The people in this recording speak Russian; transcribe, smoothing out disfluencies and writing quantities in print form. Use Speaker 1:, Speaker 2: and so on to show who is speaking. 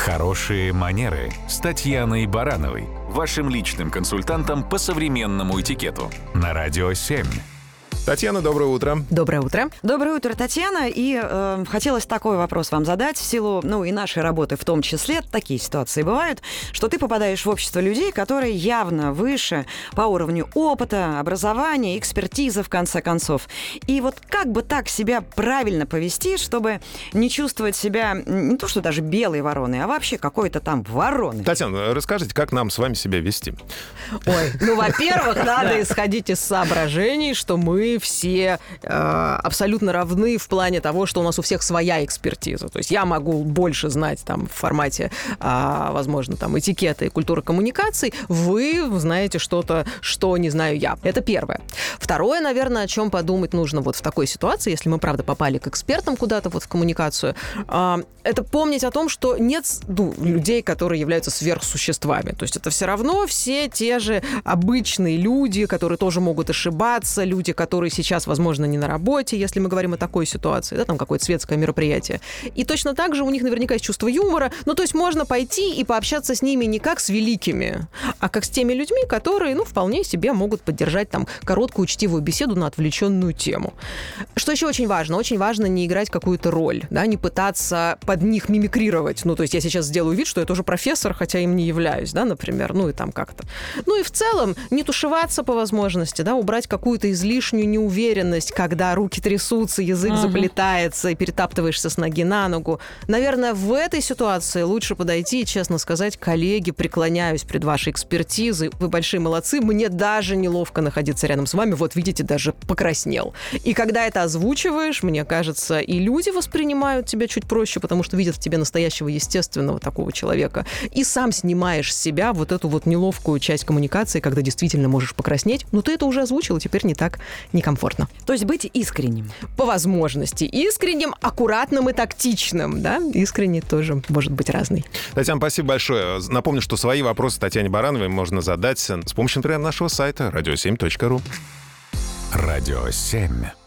Speaker 1: Хорошие манеры с Татьяной Барановой, вашим личным консультантом по современному этикету на Радио 7.
Speaker 2: Татьяна, доброе утро.
Speaker 3: Доброе утро.
Speaker 4: Доброе утро, Татьяна. И хотелось такой вопрос вам задать. В силу, и нашей работы в том числе, такие ситуации бывают, что ты попадаешь в общество людей, которые явно выше по уровню опыта, образования, экспертизы, в конце концов. И вот как бы так себя правильно повести, чтобы не чувствовать себя не то, что даже белой вороной, а вообще какой-то там вороной?
Speaker 2: Татьяна, расскажите, как нам с вами себя вести?
Speaker 3: Во-первых, надо исходить из соображений, что мы все абсолютно равны в плане того, что у нас у всех своя экспертиза. То есть я могу больше знать там в формате, возможно, там этикета и культуры коммуникаций, вы знаете что-то, что не знаю я. Это первое. Второе, наверное, о чем подумать нужно вот в такой ситуации, если мы, правда, попали к экспертам куда-то вот в коммуникацию, это помнить о том, что нет людей, которые являются сверхсуществами. То есть это все равно все те же обычные люди, которые тоже могут ошибаться, люди, которые сейчас, возможно, не на работе, если мы говорим о такой ситуации, да, там какое-то светское мероприятие. И точно так же у них наверняка есть чувство юмора. То есть можно пойти и пообщаться с ними не как с великими, а как с теми людьми, которые, вполне себе могут поддержать там короткую учтивую беседу на отвлеченную тему. Что еще очень важно? Очень важно не играть какую-то роль, да, не пытаться под них мимикрировать. То есть я сейчас сделаю вид, что я тоже профессор, хотя им не являюсь, да, например, и там как-то. И в целом не тушеваться по возможности, да, убрать какую-то излишнюю неуверенность, когда руки трясутся, язык заплетается и перетаптываешься с ноги на ногу. Наверное, в этой ситуации лучше подойти и честно сказать: коллеги, преклоняюсь пред вашей экспертизой, вы большие молодцы, мне даже неловко находиться рядом с вами, вот видите, даже покраснел. И когда это озвучиваешь, мне кажется, и люди воспринимают тебя чуть проще, потому что видят в тебе настоящего естественного такого человека, и сам снимаешь с себя вот эту вот неловкую часть коммуникации, когда действительно можешь покраснеть, но ты это уже озвучил, и теперь не так некомфортно.
Speaker 4: То есть быть искренним.
Speaker 3: По возможности. Искренним, аккуратным и тактичным, да? Искренний тоже может быть разный.
Speaker 2: Татьяна, спасибо большое. Напомню, что свои вопросы Татьяне Барановой можно задать с помощью, например, нашего сайта radio7.ru.
Speaker 1: Радио 7.